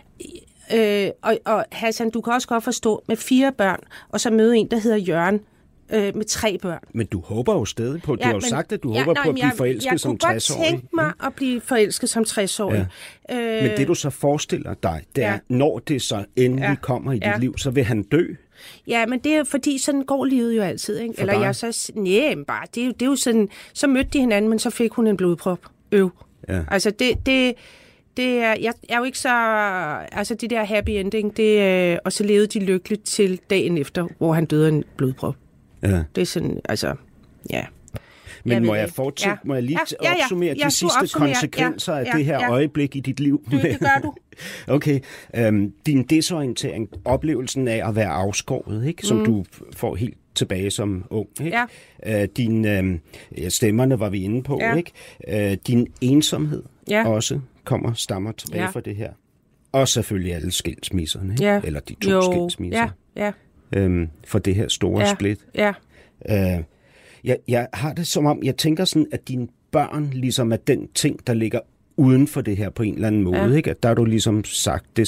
Og Hassan, du kan også godt forstå, med 4 børn, og så møde en, der hedder Jørgen, med 3 børn. Men du håber jo stadig på, du har jo sagt, at du håber på at blive forelsket som 60-årig. Jeg kunne godt tænke mig at blive forelsket som 60-årig. Ja. Men det du så forestiller dig, det er, når det så endelig kommer i dit liv, så vil han dø. Ja, men det er fordi, sådan går livet jo altid, ikke? Eller jeg så... Nej, bare, det er jo sådan... Så mødte de hinanden, men så fik hun en blodprop. Ja. Altså, det er... Jeg er jo ikke så... Altså, det der happy ending, det og så levede de lykkeligt til dagen efter, hvor han døde af en blodprop. Ja. Det er sådan, altså... Ja. Men må jeg fortsætte? Må jeg lige opsummere de sidste konsekvenser af det her øjeblik i dit liv? Det gør du. Okay. Din desorientering, oplevelsen af at være afskåret, ikke? Som du får helt tilbage som ung. Ikke? Ja. Din stemmerne var vi inde på. Ja. Ikke? Din ensomhed også stammer tilbage fra det her. Og selvfølgelig alle skilsmisserne. Ikke? Ja. Eller de 2 skilsmisser. Ja. For det her store split. Ja. Jeg har det som om, jeg tænker sådan, at dine børn ligesom er den ting, der ligger uden for det her på en eller anden måde. Ikke? At der har du ligesom sagt, det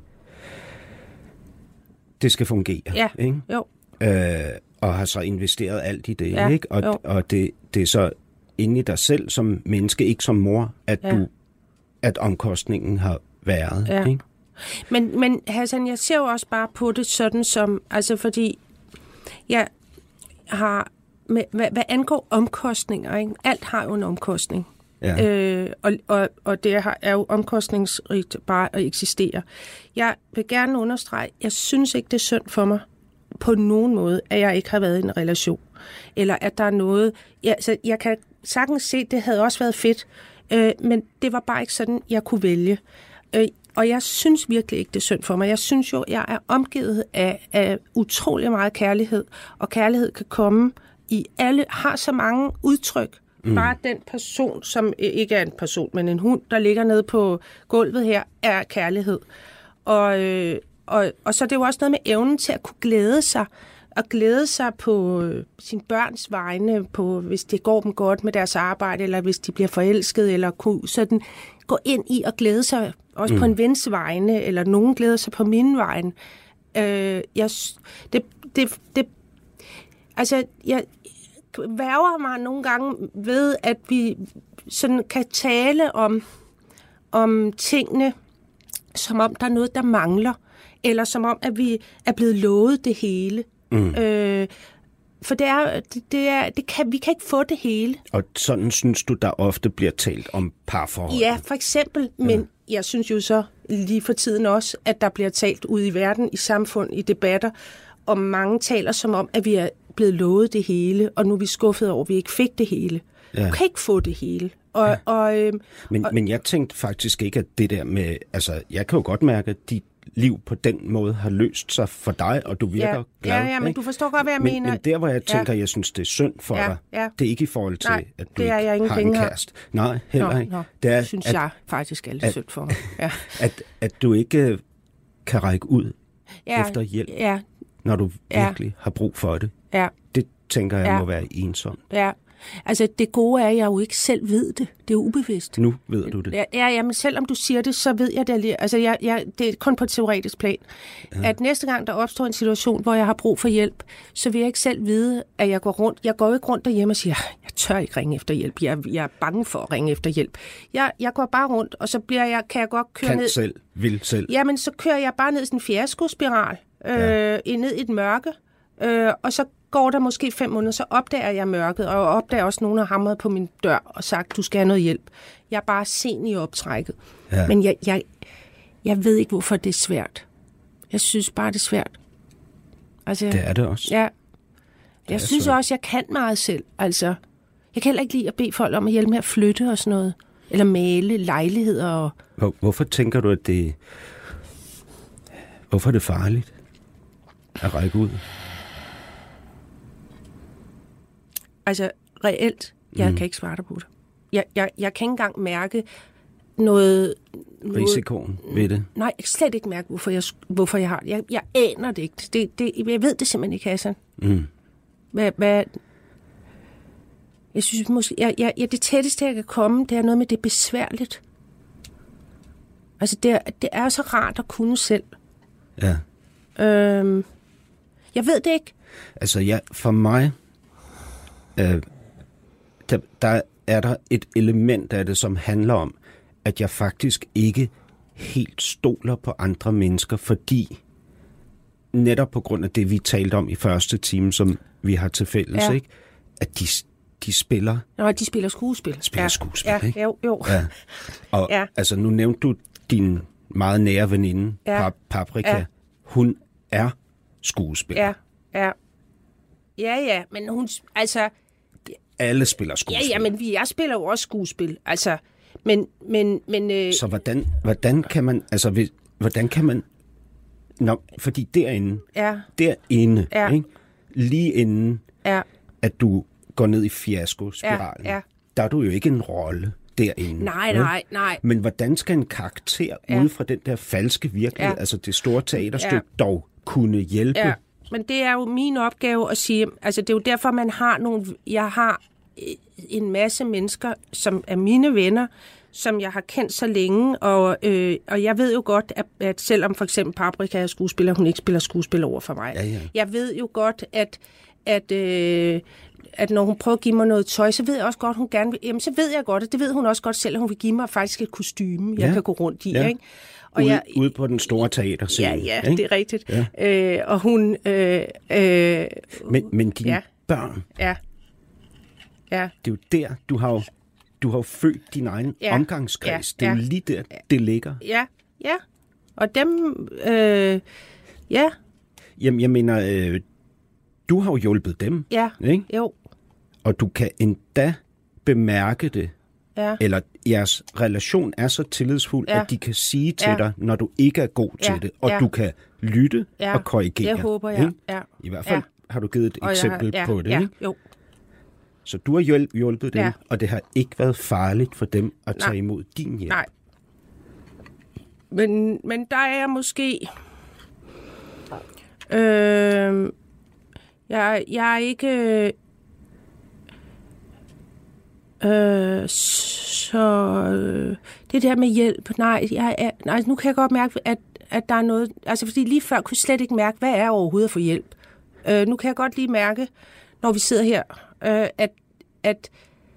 skal fungere. Ja. Ikke? Jo. Og har så investeret alt i det. Ikke? Og det er så inde i dig selv som menneske, ikke som mor, at omkostningen har været. Ja. Ikke? Men Hassan, jeg ser jo også bare på det sådan som, altså fordi jeg har, hvad angår omkostninger, ikke? Alt har jo en omkostning. Ja. Og det er jo omkostningsrigt bare at eksistere. Jeg vil gerne understrege, jeg synes ikke, det er synd for mig på nogen måde, at jeg ikke har været i en relation. Eller at der er noget... Jeg kan sagtens se, det havde også været fedt, men det var bare ikke sådan, jeg kunne vælge. Og jeg synes virkelig ikke, det er synd for mig. Jeg synes jo, jeg er omgivet af utrolig meget kærlighed, og kærlighed kan komme i alle, har så mange udtryk. Bare den person, som ikke er en person, men en hund, der ligger nede på gulvet her, er kærlighed. Og så er det jo også noget med evnen til at kunne glæde sig, og glæde sig på sin børns vegne, på, hvis det går dem godt med deres arbejde, eller hvis de bliver forelsket, eller kunne sådan gå ind i og glæde sig også på en vens vegne, eller nogen glæder sig på min vegne. Jeg værger mig nogle gange ved, at vi sådan kan tale om tingene, som om der er noget, der mangler, eller som om, at vi er blevet lovet det hele. For vi kan ikke få det hele. Og sådan synes du, der ofte bliver talt om parforhold? Ja, for eksempel. Men jeg synes jo så lige for tiden også, at der bliver talt ude i verden, i samfund, i debatter, og mange taler som om, at vi er blevet lovet det hele, og nu er vi skuffet over, at vi ikke fik det hele. Du kan ikke få det hele. Men jeg tænkte faktisk ikke, at det der med... Altså, jeg kan jo godt mærke, at dit liv på den måde har løst sig for dig, og du virker glad. Ja, men du forstår godt, hvad jeg mener. Men der, hvor jeg tænker, jeg synes, det er synd for dig, det er ikke i forhold til, at du ikke har en kæreste. Nej, heller ikke. Det er, synes jeg faktisk er lidt synd for mig. Ja. At du ikke kan række ud efter hjælp, når du virkelig har brug for det. Ja. Det tænker jeg må være ensomt. Ja. Altså, det gode er, at jeg jo ikke selv ved det. Det er ubevidst. Nu ved du det. Ja, men selvom du siger det, så ved jeg det lige. Altså, det er kun på et teoretisk plan. Ja. At næste gang, der opstår en situation, hvor jeg har brug for hjælp, så vil jeg ikke selv vide, at jeg går rundt. Jeg går ikke rundt derhjemme og siger, jeg tør ikke ringe efter hjælp. Jeg er bange for at ringe efter hjælp. Jeg går bare rundt, og så kan jeg godt køre ned. Vil selv. Jamen, så kører jeg bare ned i sådan en fiaskospiral. Ned i et mørke. Og så går der måske 5 måneder, så opdager jeg mørket, og opdager også, at nogen har hamret på min dør og sagt, du skal have noget hjælp. Jeg er bare sen i optrækket. Ja. Men jeg ved ikke, hvorfor det er svært. Jeg synes bare, det er svært. Altså, det er det også. Ja. Jeg synes svært. Også, jeg kan meget selv. Altså, jeg kan heller ikke lide at bede folk om at hjælpe med at flytte og sådan noget. Eller male lejligheder. Og... Hvorfor tænker du, at det... Hvorfor er det farligt at række ud? Altså, reelt, jeg kan ikke svare dig på det. Jeg kan ikke engang mærke noget... Risikoen ved det? Nej, jeg kan slet ikke mærke, hvorfor jeg har det. Jeg aner det ikke. Jeg ved det simpelthen ikke, Hassan. Hvad... Jeg synes måske... det tætteste, jeg kan komme, det er noget med, det besværligt. Altså, det er så rart at kunne selv. Ja. Jeg ved det ikke. Altså, ja, for mig, der er der et element af det, som handler om, at jeg faktisk ikke helt stoler på andre mennesker, fordi netop på grund af det, vi talte om i første time, som vi har til fælles, ikke? At de spiller... Nå, de spiller skuespil. Skuespil, ikke? Jo. Ja. Og altså, nu nævnte du din meget nære veninde, Paprika. Hun er skuespiller. Ja, men hun... Altså... Alle spiller skuespil. Ja, men jeg spiller jo også skuespil. Altså, men Så hvordan kan man... Altså, hvordan kan man... Nå, fordi derinde, ikke? Lige inden, at du går ned i fiaskospiralen, der er du jo ikke en rolle derinde. Nej. Men hvordan skal en karakter ude fra den der falske virkelighed, altså det store teaterstykke, dog kunne hjælpe? Ja. Men det er jo min opgave at sige, altså det er jo derfor, man har nogle... Jeg har en masse mennesker, som er mine venner, som jeg har kendt så længe, og jeg ved jo godt, at selvom for eksempel Paprika er skuespiller, hun ikke spiller skuespil over for mig. Ja. Jeg ved jo godt, at når hun prøver at give mig noget tøj, så ved jeg også godt, hun gerne vil... Jamen, så ved jeg godt, og det ved hun også godt selv, at hun vil give mig faktisk et kostume, jeg kan gå rundt i, ikke? Og ude på den store teaterscene. Ja, ikke? det er rigtigt. Ja. Og hun... Men dine børn... Ja. Det er jo der, du har jo født din egen omgangskreds. Det er jo lige der, det ligger. Ja. Og dem... Jamen, jeg mener, du har jo hjulpet dem. Ja, ikke? Jo. Og du kan endda bemærke det. Ja. Eller jeres relation er så tillidsfuld, at de kan sige til dig, når du ikke er god til det. Og du kan lytte og korrigere. Det håber jeg. Ja. I hvert fald har du givet et eksempel på det, ikke? Jo. Så du har hjulpet dem, og det har ikke været farligt for dem at tage imod din hjælp. Nej. Men der er jeg måske... Jeg er ikke... det der med hjælp, nej, nu kan jeg godt mærke, at der er noget... Altså, fordi lige før kunne jeg slet ikke mærke, hvad er overhovedet at få hjælp. Nu kan jeg godt lige mærke, når vi sidder her, at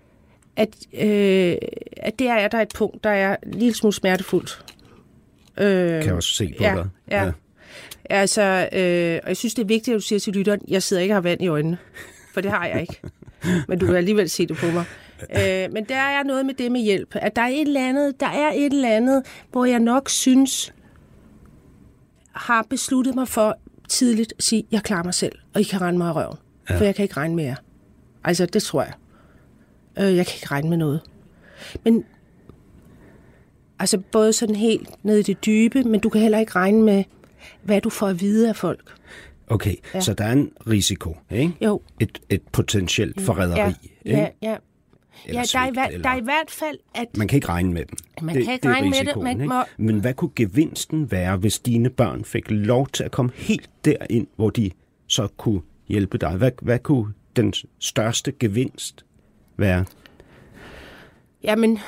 der er der et punkt, der er en lille smule smertefuldt. Kan jeg også se på dig. Ja. Altså, og jeg synes, det er vigtigt, at du siger til lytteren, jeg sidder ikke og har vand i øjnene, for det har jeg ikke. Men du kan alligevel se det på mig. Men der er noget med det med hjælp. At der er et eller andet, hvor jeg nok synes, har besluttet mig for tidligt at sige, jeg klarer mig selv, og I kan regne mig i røven. Ja. For jeg kan ikke regne med jer. Altså, det tror jeg. Jeg kan ikke regne med noget. Men, altså, både sådan helt ned i det dybe, men du kan heller ikke regne med, hvad du får at vide af folk. Okay, så der er en risiko, ikke? Jo. Et potentielt forræderi, ikke? Ja, der er i hvert fald, at... Man kan ikke regne med dem. Man kan ikke regne med det. Men hvad kunne gevinsten være, hvis dine børn fik lov til at komme helt derind, hvor de så kunne hjælpe dig? Hvad kunne den største gevinst være? Jamen...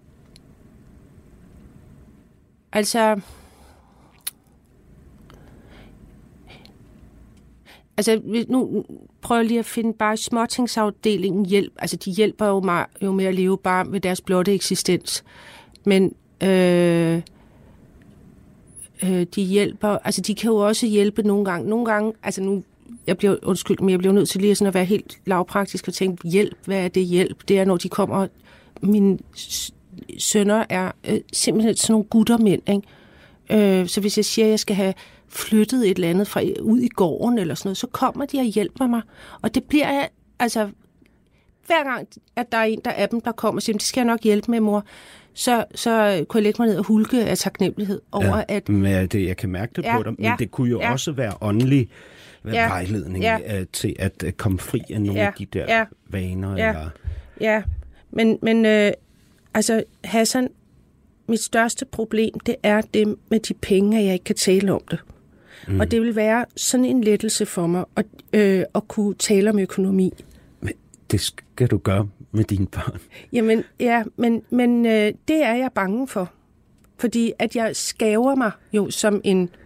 Altså, nu prøver jeg lige at finde bare småtingsafdelingen hjælp. Altså, de hjælper jo mig jo med at leve bare ved deres blotte eksistens. Men de hjælper, altså de kan jo også hjælpe nogle gange, altså nu, jeg bliver nødt til lige sådan at være helt lavpraktisk og tænke, hjælp, hvad er det hjælp? Det er, når de kommer, mine sønner er simpelthen sådan nogle guttermænd, ikke? Så hvis jeg siger, at jeg skal have flyttet et eller andet ud i gården eller sådan noget, så kommer de og hjælper mig. Og det bliver jeg, altså, hver gang, at der er en af dem, der kommer og siger, det skal jeg nok hjælpe med, mor, så kunne jeg lægge mig ned og hulke af taknemmelighed over, at... Men jeg kan mærke det på dig, men det kunne jo også være åndelig vejledning til at komme fri af nogle af de der vaner. Eller... Men altså, Hassan, mit største problem, det er det med de penge, at jeg ikke kan tale om det. Mm. Og det vil være sådan en lettelse for mig at kunne tale om økonomi. Men det skal du gøre med dine børn. Jamen, ja, men det er jeg bange for. Fordi at jeg skaver mig jo som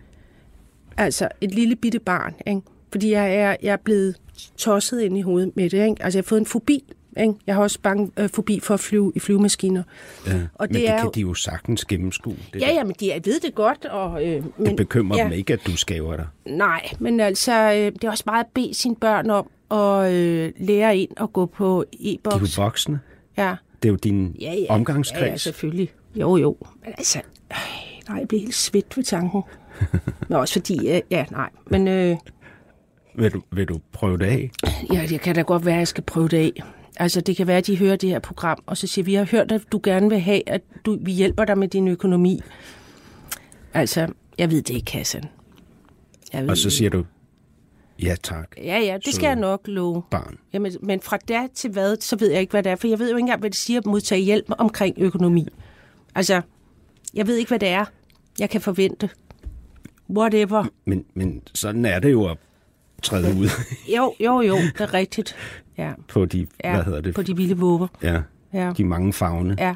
et lille bitte barn, ikke? Fordi jeg er blevet tosset ind i hovedet med det, ikke? Altså jeg har fået en fobi, ikke? Jeg har også fobi for at flyve i flyvemaskiner. Ja, og men det kan de jo sagtens gennemskue. Ja, men de ved det godt. Men det bekymrer dem ikke, at du skaver dig. Nej, men altså, det er også meget at bede sine børn om at lære ind og gå på e-boks. De er jo voksne. Ja. Det er jo din omgangskreds. Ja, selvfølgelig. Jo. Men altså, nej, jeg bliver helt svedt ved tanken. Men også fordi, men... Vil du prøve det af? Ja, det kan da godt være, at jeg skal prøve det af. Altså, det kan være, at de hører det her program, og så siger vi har hørt, at du gerne vil have, at vi hjælper dig med din økonomi. Altså, jeg ved det ikke, Hassan. Og så siger du, ja tak. Ja, det skal jeg nok love. Barn. Jamen, men fra der til hvad, så ved jeg ikke, hvad det er, for jeg ved jo ikke engang, hvad det siger at modtage hjælp omkring økonomi. Altså, jeg ved ikke, hvad det er, jeg kan forvente. Whatever. Men sådan er det jo at træde ud. Jo, det er rigtigt. Ja. På de, hvad hedder det? På de vilde våger. Ja, de mange farvene. Ja.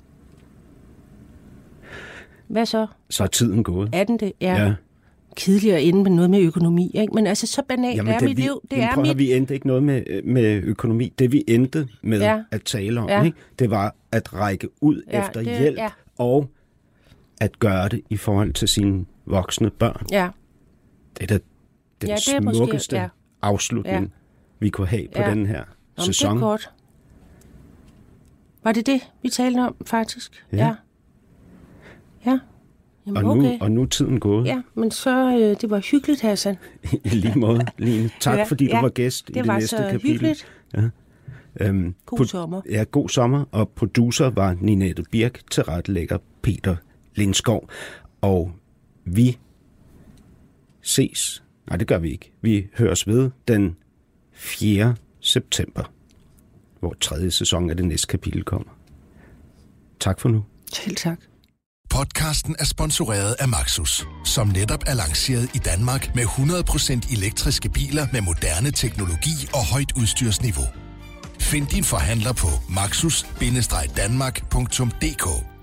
Hvad så? Så er tiden gået. Er den det? Ja. Kedeligt at ende med noget med økonomi, ikke? Men altså, så banalt er mit liv. Vi endte ikke noget med økonomi. Det vi endte med at tale om, ikke? Det var at række ud efter hjælp og at gøre det i forhold til sine voksne børn. Ja. Det er den smukkeste afslutning, vi kunne have på den her sæson. Det er godt. Var det, vi talte om, faktisk? Ja. Jamen, og nu er tiden gået. Ja, men så det var hyggeligt, Hassan. I lige måde, Line. Tak, fordi du var gæst i det næste kapitel. Hyggeligt. Ja. God sommer. Ja, god sommer. Og producer var Ninette Birk, tilrettelægger Peter Lindskov. Og vi ses. Nej, det gør vi ikke. Vi høres ved den 4. september, hvor 3. sæson af det næste kapitel kommer. Tak for nu. Selv tak. Podcasten er sponsoreret af Maxus, som netop er lanceret i Danmark med 100% elektriske biler med moderne teknologi og højt udstyrsniveau. Find din forhandler på maxus-danmark.dk.